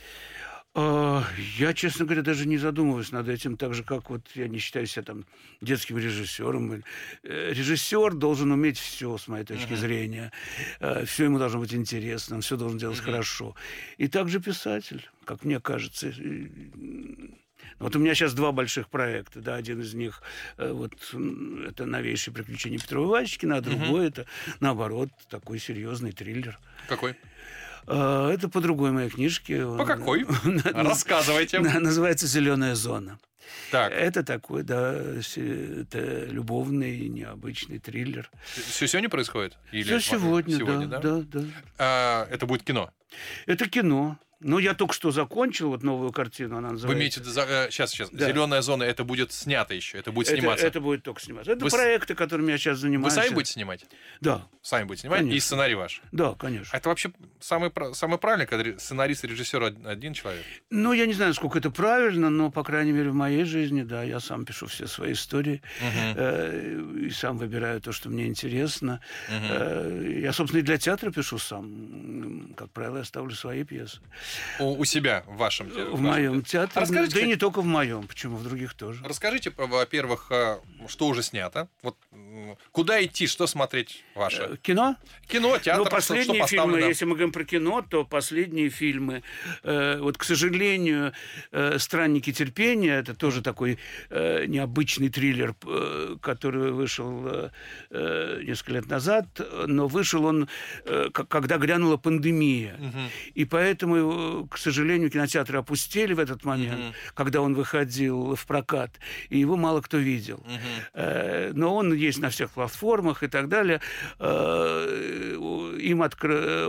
Я, честно говоря, даже не задумываюсь над этим, так же, как вот я не считаю себя там детским режиссером. Режиссер должен уметь все, с моей точки uh-huh. зрения. Все ему должно быть интересно, он все должен делать uh-huh. хорошо. И также писатель, как мне кажется. Вот у меня сейчас два больших проекта. Да, один из них вот, это «Новейшие приключения Петрова Васечкина», а другой uh-huh. это, наоборот, такой серьезный триллер. Какой? Это по другой моей книжке. По какой? Рассказывайте. Называется «Зеленая зона». Так. Это такой, да, это любовный, необычный триллер. Все сегодня происходит? Или Все сегодня, сегодня, да, да? да, да. А, это будет кино? Это кино. Ну, я только что закончил вот новую картину, она называется. Вы имеете в виду, сейчас, сейчас, да. «Зеленая зона», это будет снято еще, это будет это, сниматься? Это будет только сниматься. Это Вы проекты, которыми я сейчас занимаюсь. Вы сами будете снимать? Да. Сами будете снимать? Конечно. И сценарий ваш? Да, конечно. А это вообще самое, самое правильное, когда сценарист и режиссер один человек? Ну, я не знаю, сколько это правильно, но, по крайней мере, в моей жизни, да, я сам пишу все свои истории, uh-huh. э, и сам выбираю то, что мне интересно. Uh-huh. Э, я, собственно, и для театра пишу сам. Как правило, я ставлю свои пьесы. У, у себя? В вашем театре? В моем театре. Расскажите, да и не только в моем, почему в других тоже. Расскажите, во-первых, что уже снято, вот куда идти, что смотреть ваше? Кино? Кино, театр, ну, последние что, что фильмы, поставлено? если мы говорим про кино, то последние фильмы, э, вот, к сожалению, э, «Странники терпения», это тоже такой э, необычный триллер, э, который вышел э, несколько лет назад, но вышел он, э, когда грянула пандемия. Угу. И поэтому, к сожалению, кинотеатры опустели в этот момент, угу. когда он выходил в прокат, и его мало кто видел. Угу. Э, но он есть на всех платформах и так далее. Э, им откр... Он получил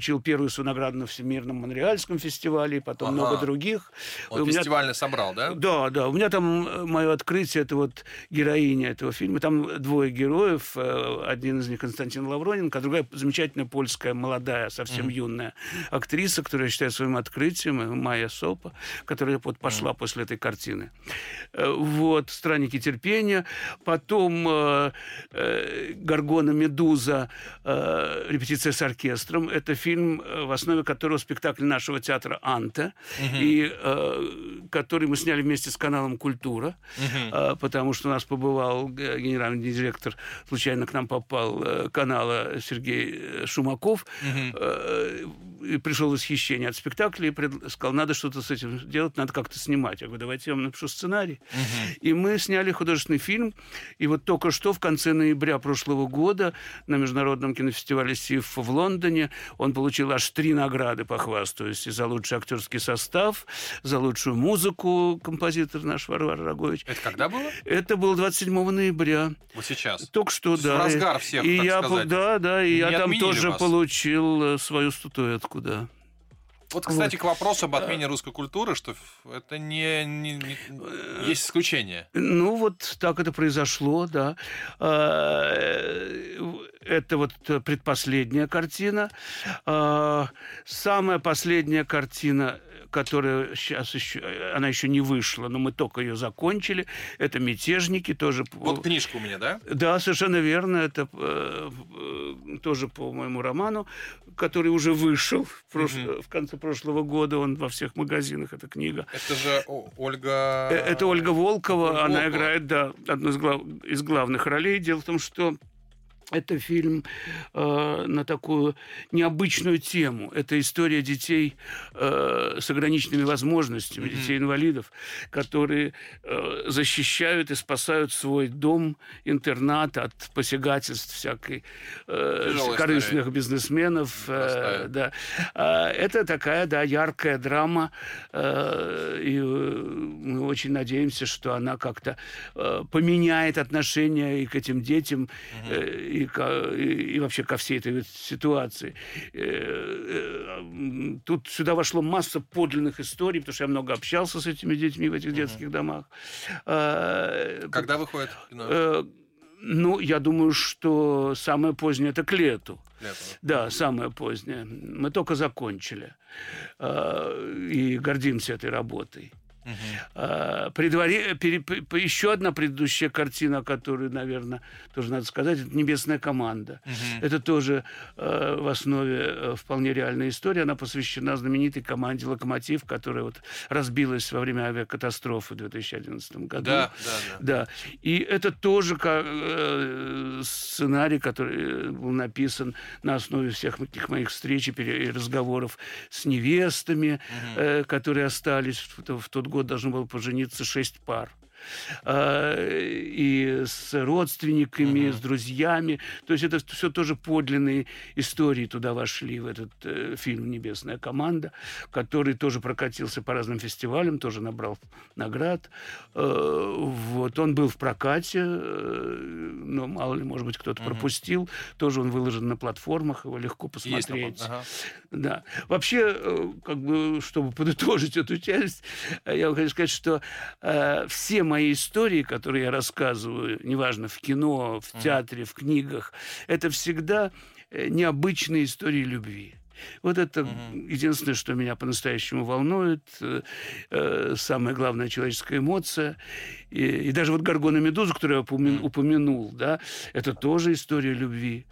получил первую свою награду на Всемирном Монреальском фестивале, и потом Ага. много других. Он У меня- фестивальный собрал, да? Да, да. У меня там мое открытие, это вот героиня этого фильма. Там двое героев. э, Один из них Константин Лавроненко, а другая замечательная польская, молодая, совсем Мгм. юная актриса, которую я считаю своим открытием, э, Майя Сопа, которая вот пошла после этой картины. Э, Вот «Странники терпения». Потом э, э, «Горгона Медуза. э, Репетиция с оркестром». Это фильм, э, в основе которого спектакль нашего театра «Анте», и э, который мы сняли вместе с каналом «Культура», Мгм. э, потому что у нас побывал г- генеральный директор, случайно к нам попал, э, канала Сергей э, Шумаков, Мгм. э, и пришел в восхищение от спектакля и пред- сказал, надо что-то с этим делать, надо как-то снимать. Я говорю, давайте я вам напишу сценарий. Мгм. И мы сняли художественный фильм. И вот только что в конце ноября прошлого года на Международном кинофестивале СИФ в Лондоне он получил аж три награды, похвастаюсь. И за лучший актерский состав, за лучшую музыку композитор наш Варвара Рогович. Это когда было? Это было двадцать седьмого ноября. Вот сейчас. Только что, В да. разгар всех, и так я, сказать. Да, да, и Не я там отменили тоже вас? получил э, свою статуэтку, да. Вот, кстати, к вопросу об отмене русской культуры, что ф- это не, не- не- есть исключение. Ну, вот так это произошло, да. А, Это вот предпоследняя картина. А, Самая последняя картина, которая сейчас еще, она еще не вышла, но мы только ее закончили, это «Мятежники», тоже... Вот книжка у меня, да? Да, совершенно верно. Это э, э, тоже по моему роману, который уже вышел в, прош... Мгм. в конце прошлого года. Он во всех магазинах, эта книга. Это же О- Ольга... Э, Это Ольга Волкова. Ольга Она Волкова. играет, да, одну из, глав... из главных ролей. Дело в том, что это фильм э, на такую необычную тему. Это история детей э, с ограниченными возможностями, Мгм. детей-инвалидов, которые э, защищают и спасают свой дом, интернат от посягательств всякой э, Тяжелая корыстных бизнесменов. э, Непростая. да. А, Это такая, да, яркая драма, э, и э, мы очень надеемся, что она как-то э, поменяет отношение и к этим детям, э, и, ко- и- и вообще ко всей этой вот ситуации. Э, э, м, Тут сюда вошло масса подлинных историй, потому что я много общался с этими детьми в этих детских домах. А, Когда выходит кино? э, Ну, я думаю, что самое позднее это к лету. Лето. Да, самое позднее. Мы только закончили. э, И гордимся этой работой. Мгм. А, предвари- пере- п- п- Еще одна предыдущая картина, которую, наверное, тоже надо сказать, это «Небесная команда». Мгм. Это тоже э, в основе э, вполне реальная история. Она посвящена знаменитой команде «Локомотив», которая вот разбилась во время авиакатастрофы в две тысячи одиннадцатом году. Да, да, да. Да. И это тоже ка- э, сценарий, который был написан на основе всех этих моих встреч и пере- и разговоров с невестами, э, которые остались. В, в тот год должно было пожениться шесть пар. А, И с родственниками, Мгм. с друзьями. То есть это все тоже подлинные истории туда вошли, в этот э, фильм «Небесная команда», который тоже прокатился по разным фестивалям, тоже набрал наград. Э, Вот. Он был в прокате, э, но мало ли, может быть, кто-то Мгм. пропустил. Тоже он выложен на платформах, его легко Есть там, посмотреть. ага. Да. Вообще, э, как бы, чтобы подытожить эту часть, э, я хочу сказать, что э, все мои истории, которые я рассказываю, неважно, в кино, в Мгм. театре, в книгах, это всегда э, необычные истории любви. Вот это Мгм. единственное, что меня по-настоящему волнует, э, э, самая главная человеческая эмоция. И, и даже вот «Горгона Медуза», которую я упомя- Мгм. упомянул, да, это тоже история любви.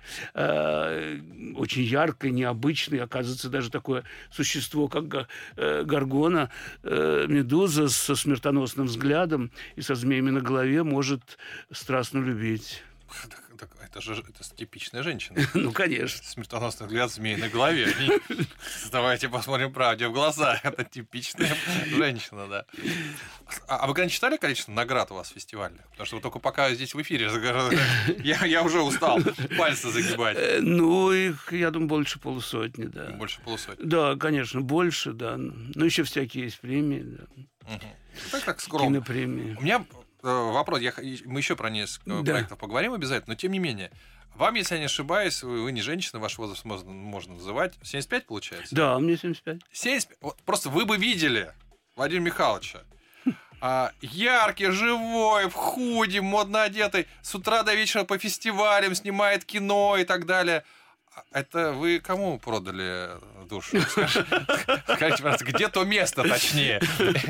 Э, очень яркой, необычной. Оказывается, даже такое существо, как га- э, Горгона, э, Медуза со смертоносным взглядом и со змеями на голове может страстно любить. Так- так это же это типичная женщина. Ну, конечно. Смертоносный взгляд змеи на голове. Они- Давайте посмотрим правде в глаза. Это типичная женщина, да. А, а вы когда читали количество наград у вас фестивальных? Потому что вы только пока здесь в эфире разговариваете, я, я уже устал пальцы загибать. Э, Ну, их, я думаю, больше полусотни, да. Больше полусотни. Да, конечно, больше, да. Но еще всякие есть премии, да. Мгм. Так, так скромно. Кинопремии. У меня э, вопрос, я, х- мы еще про несколько Да. проектов поговорим обязательно, но тем не менее, Вам, если я не ошибаюсь, вы, вы не женщина, ваш возраст можно, можно называть. семьдесят пять получается? Да, мне семьдесят пять. семьдесят пять. Вот просто вы бы видели Владимира Михайловича. А, яркий, живой, в худи, модно одетый, с утра до вечера по фестивалям, снимает кино и так далее. Это вы кому продали душу? Скажите, пожалуйста, где то место, точнее?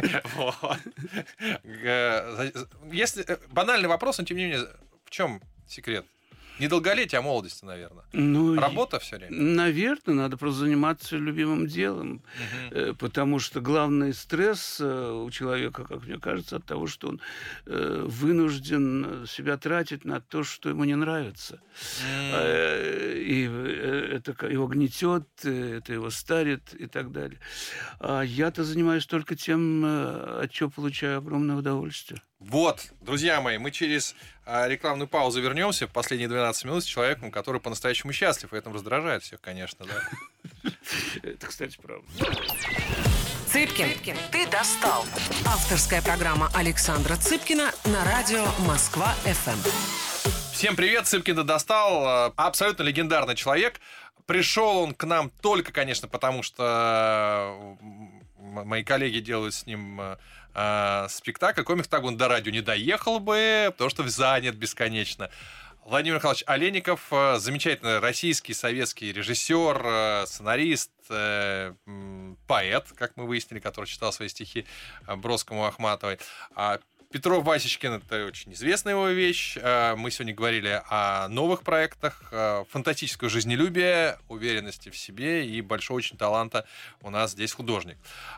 Если банальный вопрос, но тем не менее, в чем секрет? Не долголетие, а молодости, наверное. Ну, Работа все время? Наверное, надо просто заниматься любимым делом. Угу. Потому что главный стресс у человека, как мне кажется, от того, что он вынужден себя тратить на то, что ему не нравится. Mm. И это его гнетет, это его старит и так далее. А я-то занимаюсь только тем, от чего получаю огромное удовольствие. Вот, друзья мои, мы через а, рекламную паузу вернемся в последние двенадцать минут с человеком, который по-настоящему счастлив, и это раздражает всех, конечно, да. Это, кстати, правда. Цыпкин, ты достал. Авторская программа Александра Цыпкина на радио Москва-эф эм. Всем привет, Цыпкин ты достал. Абсолютно легендарный человек. Пришел он к нам только, конечно, потому что мои коллеги делают с ним э, спектакль. Комикс так он до радио не доехал бы, потому что занят бесконечно. Владимир Михайлович Олейников, замечательный российский, советский режиссер, сценарист, поэт, как мы выяснили, который читал свои стихи Бродскому, Ахматовой. Петров Васечкин — это очень известная его вещь. Мы сегодня говорили о новых проектах, фантастическое жизнелюбие, уверенности в себе и большого очень таланта у нас здесь художник.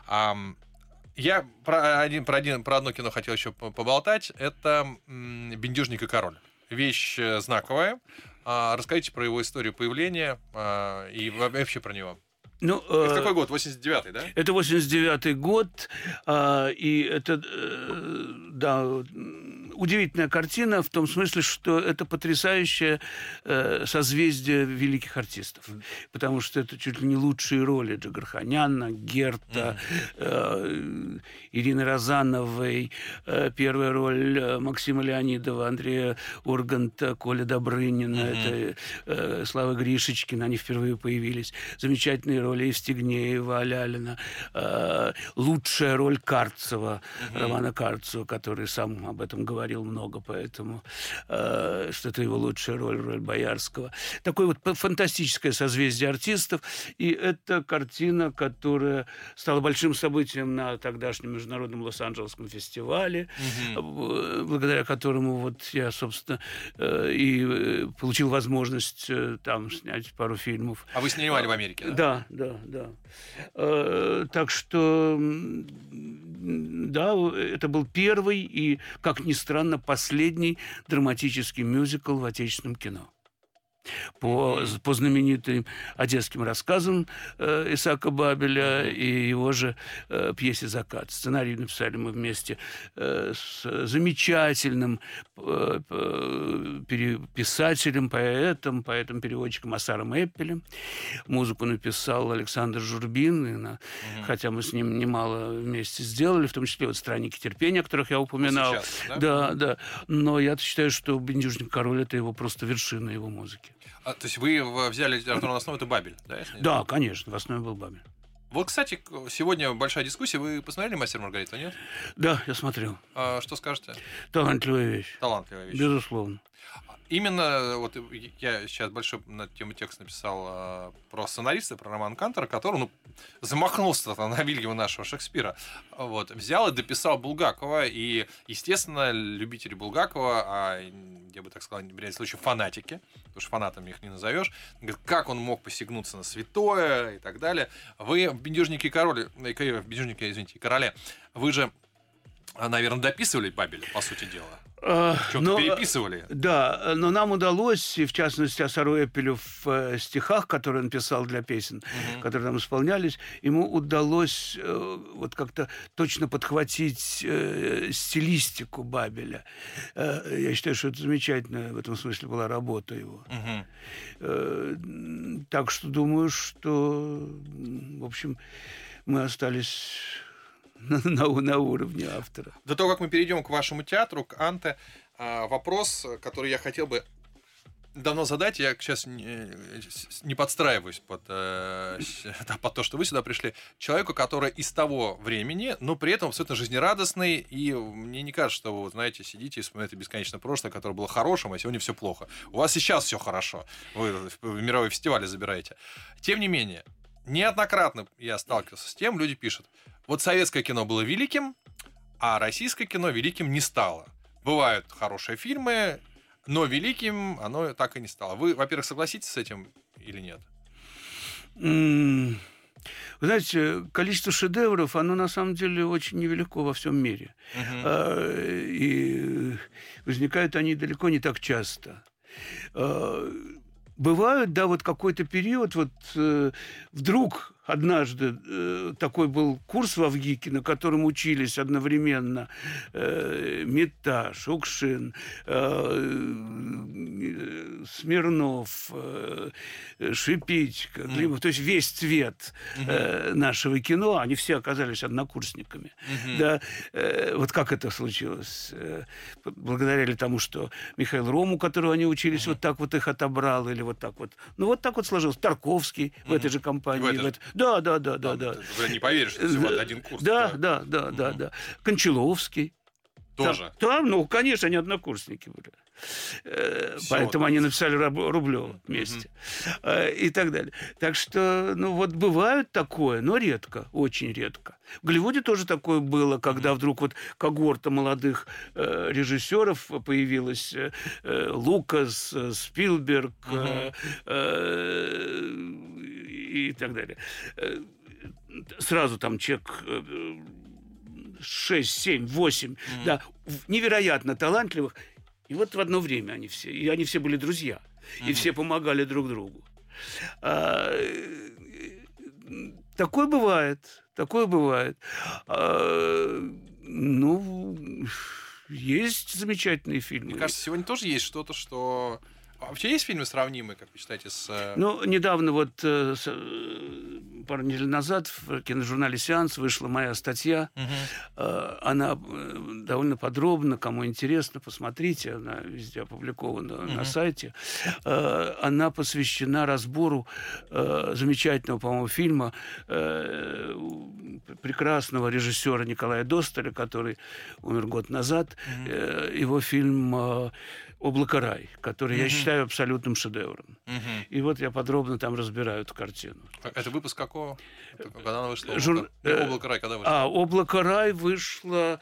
Я про, один, про, один, про одно кино хотел еще поболтать. Это «Бендюжник и король». Вещь знаковая. Расскажите про его историю появления и вообще про него. Ну, это какой год? восемьдесят девятый, да? Это восемьдесят девятый год, и это, да, удивительная картина в том смысле, что это потрясающее созвездие великих артистов, потому что это чуть ли не лучшие роли Джигарханяна, Герта, mm-hmm. Ирины Розановой, первая роль Максима Леонидова, Андрея Урганта, Коля Добрынина, mm-hmm. это Слава Гришечкина, они впервые появились, замечательные роли Евстигнеева, Алялина, э, лучшая роль Карцева, uh-huh. Романа Карцева, который сам об этом говорил много, поэтому э, что это его лучшая роль, роль Боярского. Такое вот фантастическое созвездие артистов, и это картина, которая стала большим событием на тогдашнем международном Лос-Анджелесском фестивале, uh-huh. благодаря которому вот я, собственно, э, и получил возможность э, там снять пару фильмов. А вы снимали в Америке, да? Да, да. Да, да. Э, так что, да, это был первый и, как ни странно, последний драматический мюзикл в отечественном кино. По, по знаменитым одесским рассказам э, Исаака Бабеля и его же э, пьесе «Закат». Сценарий написали мы вместе э, с замечательным э, э, писателем, поэтом, поэтом-переводчиком Асаром Эппелем. Музыку написал Александр Журбин, и на, угу. хотя мы с ним немало вместе сделали, в том числе вот «Странники терпения», о которых я упоминал. Сейчас, да? Да, да. Но я считаю, что «Бендюжник и король» — это его просто вершина его музыки. А, то есть вы взяли литературную основу, это Бабель, да? Да, конечно, в основе был Бабель. Вот, кстати, сегодня большая дискуссия. Вы посмотрели «Мастер и Маргариту», нет? Да, я смотрел. А, что скажете? Талантливая вещь. Талантливая вещь. Безусловно. Именно вот я сейчас большой на тему текст написал э, про сценариста, про Романа Кантера, который ну, замахнулся на Вильяма нашего Шекспира. Вот, взял и дописал Булгакова. И, естественно, любители Булгакова, а я бы так сказал, в ряде случаев фанатики, потому что фанатами их не назовешь, говорят, как он мог посягнуться на святое и так далее. Вы в «Бендюжнике и короле», в «Бендюжнике, извините, и короле», вы же, наверное, дописывали Бабеля, по сути дела. Что-то переписывали. Да, но нам удалось, и в частности Асару Эппелю в э, стихах, которые он писал для песен, угу. которые там исполнялись, ему удалось э, вот как-то точно подхватить э, стилистику Бабеля. Э, я считаю, что это замечательная в этом смысле была работа его. Угу. Э, так что думаю, что, в общем, мы остались... На, на, на уровне автора. До того, как мы перейдем к вашему театру, к Анте, вопрос, который я хотел бы давно задать, я сейчас не, не подстраиваюсь под, э, под то, что вы сюда пришли. Человеку, который из того времени, но при этом абсолютно жизнерадостный, и мне не кажется, что вы, знаете, сидите и вспоминаете бесконечно прошлое, которое было хорошим, а сегодня все плохо. У вас сейчас все хорошо. Вы в мировые фестивали забираете. Тем не менее, неоднократно я сталкивался с тем, люди пишут, вот советское кино было великим, а российское кино великим не стало. Бывают хорошие фильмы, но великим оно так и не стало. Вы, во-первых, согласитесь с этим или нет? Вы знаете, количество шедевров, оно на самом деле очень невелико во всем мире. Uh-huh. И возникают они далеко не так часто. Бывают, да, вот какой-то период, вот вдруг однажды э, такой был курс в Авгике, на котором учились одновременно э, Митта, Шукшин, э, Смирнов, э, Шипитько, Климов, mm. то есть весь цвет э, mm-hmm. нашего кино, они все оказались однокурсниками. Mm-hmm. Да, э, вот как это случилось? Э, благодаря ли тому, что Михаил Ром, у которого они учились, mm-hmm. вот так вот их отобрал, или вот так вот. Ну, вот так вот сложилось. Тарковский mm-hmm. в этой же компании. В этой... Да, да, да, да, да. Вы не поверишь, что всего один курс. Да, да, да, да, да, да. Кончаловский. Тоже? Там, ну, конечно, они однокурсники были. Все, поэтому они написали Рублева вместе. Uh-huh. И так далее. Так что, ну, вот бывает такое, но редко, очень редко. В Голливуде тоже такое было, когда uh-huh. вдруг вот когорта молодых э, режиссеров появилась. Э, Лукас, Спилберг uh-huh. э, и так далее. Сразу там человек... шесть, семь, восемь, mm-hmm. да, невероятно талантливых. И вот в одно время они все, и они все были друзья, mm-hmm. и все помогали друг другу. А, такое бывает, такое бывает. А, ну, есть замечательные фильмы. Мне кажется, сегодня тоже есть что-то, что... Вообще есть фильмы сравнимые, как вы считаете, с... Ну, недавно, вот э, с, пару недель назад в киножурнале «Сеанс» вышла моя статья. Угу. Э, она довольно подробно, кому интересно, посмотрите. Она везде опубликована угу. на сайте. Э, она посвящена разбору э, замечательного, по-моему, фильма э, прекрасного режиссера Николая Досталя, который умер год назад. Угу. Э, его фильм э, «Облако рай», который угу. я считаю абсолютным шедевром. Угу. И вот я подробно там разбираю эту картину. Это выпуск какого? Это, когда она вышла? Жур... Облако... «Облако рай» когда вышло? А, «Облако рай» вышло,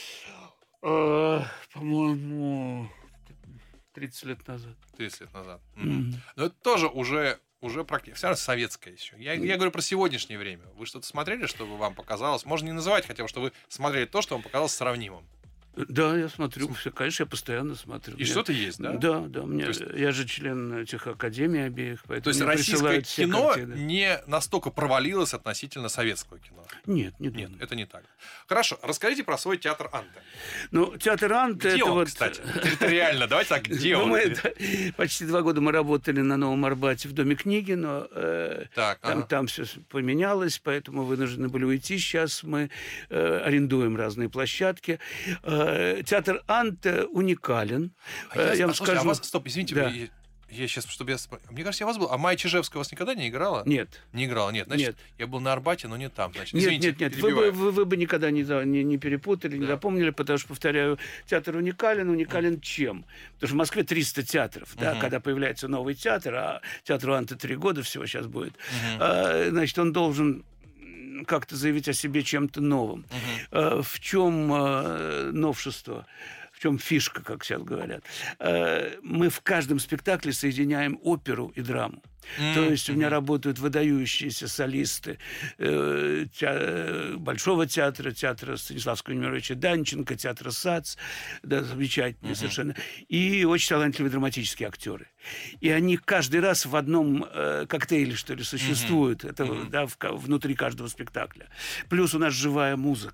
э, по-моему, тридцать лет назад. тридцать лет назад. Mm-hmm. Но это тоже уже, уже практически все равно советское еще. Я, я говорю про сегодняшнее время. Вы что-то смотрели, чтобы вам показалось? Можно не называть, хотя бы, что вы смотрели то, что вам показалось сравнимым. Да, я смотрю, все, конечно, я постоянно смотрю. И что-то есть, да? Да, да. Мне, есть... Я же член этих академий обеих, поэтому то есть российское кино не настолько провалилось относительно советского кино? Нет, не Нет, это не так. Хорошо, расскажите про свой театр Анте. Ну, театр Анте... Где это он, вот... кстати? Территориально, давайте так, где он? Почти два года мы работали на Новом Арбате в Доме книги, но там все поменялось, поэтому вынуждены были уйти. Сейчас мы арендуем разные площадки. Театр Анте уникален. А я, я вам а, скажу... А вас, стоп, извините, да. я, я сейчас, чтобы я... Мне кажется, я вас был... А Майя Чижевская у вас никогда не играла? Нет. Не играла, нет. Значит, нет. Я был на Арбате, но не там. Значит, нет, извините, нет, нет, вы бы, вы, вы бы никогда не, не, не перепутали, да. не запомнили, потому что, повторяю, театр уникален. Уникален mm. чем? Потому что в Москве триста театров, да, mm-hmm. когда появляется новый театр, а театру Анте три года всего сейчас будет, mm-hmm. а, значит, он должен... как-то заявить о себе чем-то новым. Uh-huh. В чем новшество? В чем фишка, как сейчас говорят? Мы в каждом спектакле соединяем оперу и драму. Mm-hmm. То есть у меня работают выдающиеся солисты э, те, Большого театра, театра Станиславского Немировича Данченко, театра САЦ, да, замечательные mm-hmm. совершенно, и очень талантливые драматические актеры. И они каждый раз в одном э, коктейле, что ли, существуют, mm-hmm. это mm-hmm. да, в, внутри каждого спектакля. Плюс у нас живая музыка.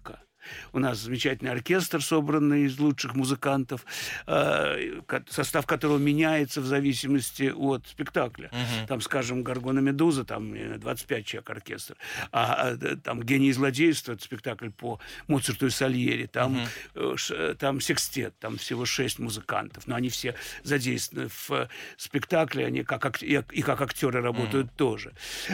У нас замечательный оркестр, собранный из лучших музыкантов, э, состав которого меняется в зависимости от спектакля. Uh-huh. Там, скажем, «Горгона Медуза», там двадцать пять человек оркестр. А там «Гений и злодейство» — это спектакль по Моцарту и Сальери. Там, uh-huh. там секстет, там всего шесть музыкантов. Но они все задействованы в спектакле, они как, и как актеры работают uh-huh. тоже.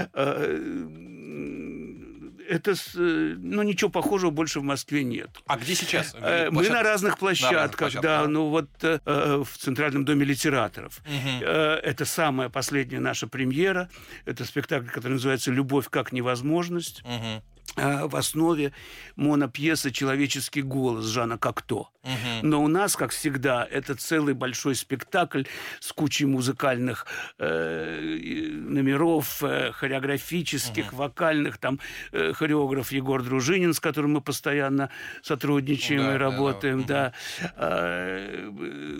Это, ну, ничего похожего больше в Москве нет. А где сейчас? Площадка? Мы на разных площадках, на разных площадках да, да. Ну вот э, в Центральном доме литераторов. Угу. Э, это самая последняя наша премьера. Это спектакль, который называется «Любовь как невозможность». Угу. В основе монопьесы «Человеческий голос» Жана Кокто. Угу. Но у нас, как всегда, это целый большой спектакль с кучей музыкальных э, номеров, э, хореографических, угу. вокальных. Там э, хореограф Егор Дружинин, с которым мы постоянно сотрудничаем да, и работаем. Да, да. Да.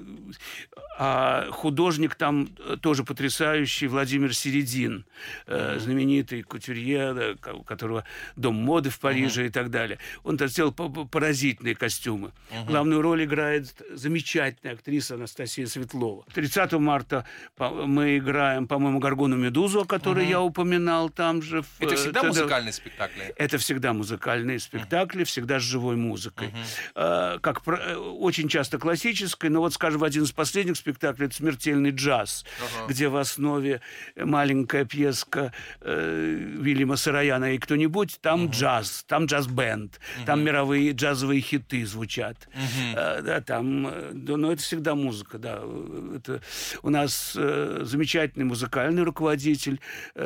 А художник там тоже потрясающий Владимир Середин, э, угу. знаменитый кутюрье, у которого дом моды в Париже uh-huh. и так далее. Он там сделал поразительные костюмы. Uh-huh. Главную роль играет замечательная актриса Анастасия Светлова. тридцатого марта мы играем, по-моему, «Горгону Медузу», о которой uh-huh. я упоминал там же. Это всегда это, музыкальные спектакли? Это всегда музыкальные спектакли, uh-huh. всегда с живой музыкой. Uh-huh. Как очень часто классической, но вот, скажем, один из последних спектаклей — это «Смертельный джаз», uh-huh. где в основе маленькая пьеска э, Вильяма Сараяна «И кто-нибудь», там uh-huh. джаз, там джаз-бенд, uh-huh. там мировые джазовые хиты звучат. Uh-huh. А, да, там, да, но это всегда музыка, да. Это у нас э, замечательный музыкальный руководитель,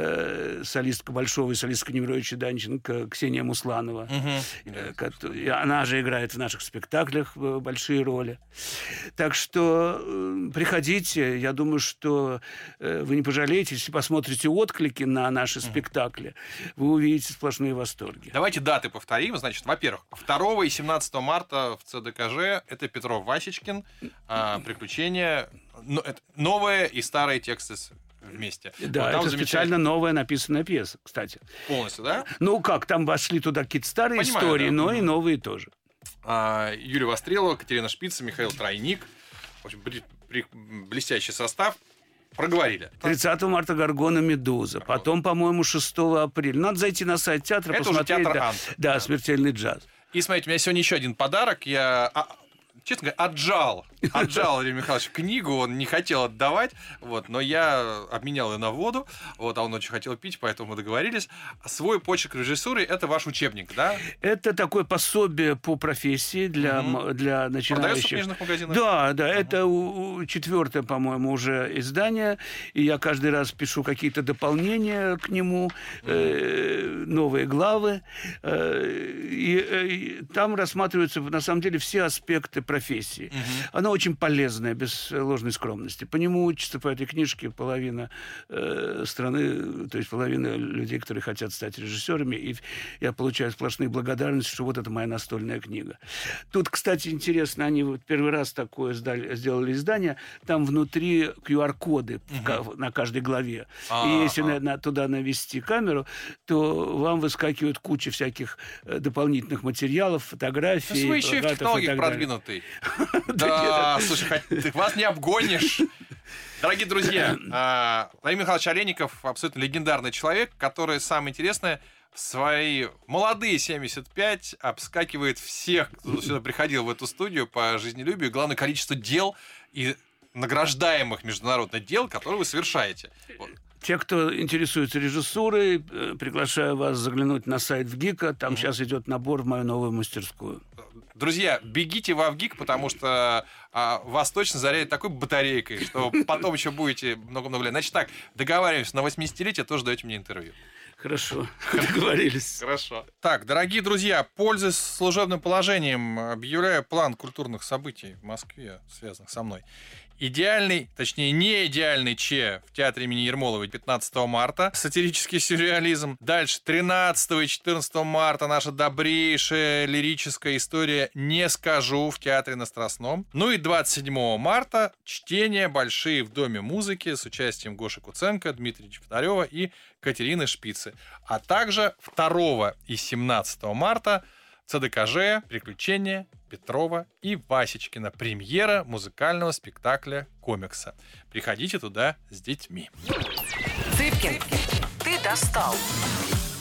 э, солистка Большого и солистка Немировича Данченко Ксения Мусланова. Uh-huh. Э, она же играет в наших спектаклях большие роли. Так что э, приходите, я думаю, что э, вы не пожалеете, если посмотрите отклики на наши uh-huh. спектакли, вы увидите сплошные восторги. Давайте даты повторим. Значит, во-первых, второго и семнадцатого марта в ЦДКЖ это Петров Васечкин, а, «Приключения», но, это новые и старые тексты вместе. Да, вот это замечательно... специально новая написанная пьеса, кстати. Полностью, да? Ну как, там вошли туда какие-то старые Понимаю, истории, да. но mm-hmm. и новые тоже. А, Юлия Вострелова, Катерина Шпица, Михаил Тройник. В общем, блестящий состав. Проговорили. тридцатого марта «Горгона Медуза». Потом, по-моему, шестого апреля. Надо зайти на сайт театра, это посмотреть. Уже театр да, Ант. Да, да, «Смертельный джаз». И смотрите, у меня сегодня еще один подарок. Я, честно говоря, отжал. Отжал Владимир Михайлович книгу, он не хотел отдавать, вот, но я обменял ее на воду, вот, а он очень хотел пить, поэтому мы договорились. Свой почерк режиссуры — это ваш учебник, да? Это такое пособие по профессии для, угу. для начинающих. Продается в книжных магазинах? Да, да, угу. это четвертое, по-моему, уже издание, и я каждый раз пишу какие-то дополнения к нему, угу. э, новые главы, э, и, и там рассматриваются, на самом деле, все аспекты профессии. Угу. Оно очень полезное, без ложной скромности. По нему учится по этой книжке половина э, страны, то есть половина людей, которые хотят стать режиссерами, и я получаю сплошные благодарности, что вот это моя настольная книга. Тут, кстати, интересно, они вот первый раз такое сдали, сделали издание, там внутри ку ар-коды угу. на каждой главе. А-а-а. И если на, на, туда навести камеру, то вам выскакивает куча всяких дополнительных материалов, фотографий. Ну, вы еще и в технологиях продвинутый. Да. А, слушай, ты вас не обгонишь. Дорогие друзья, Владимир Михайлович Олейников абсолютно легендарный человек, который, самое интересное, в свои молодые семьдесят пять обскакивает всех, кто сюда приходил в эту студию по жизнелюбию. Главное количество дел и награждаемых международных дел, которые вы совершаете. Вот. Те, кто интересуется режиссурой, приглашаю вас заглянуть на сайт ВГИКа. Там mm-hmm. сейчас идет набор в мою новую мастерскую. Друзья, бегите в ВГИК, потому что а, вас точно зарядит такой батарейкой, что потом еще будете много-много лет. Значит так, договариваемся, на восьмидесятилетие тоже даете мне интервью. Хорошо, договорились. Хорошо. Так, дорогие друзья, пользуясь служебным положением, объявляю план культурных событий в Москве, связанных со мной. Идеальный, точнее, не идеальный Че в театре имени Ермоловой пятнадцатого марта. Сатирический сюрреализм. Дальше тринадцатого и четырнадцатого марта наша добрейшая лирическая история «Не скажу» в театре на Страстном. Ну и двадцать седьмого марта чтения большие в Доме музыки с участием Гоши Куценко, Дмитрия Чеботарева и Катерины Шпицы. А также второго и семнадцатого марта ЦДКЖ «Приключения Петрова и Васечкина». Премьера музыкального спектакля комикса. Приходите туда с детьми. Цыпкин, ты достал.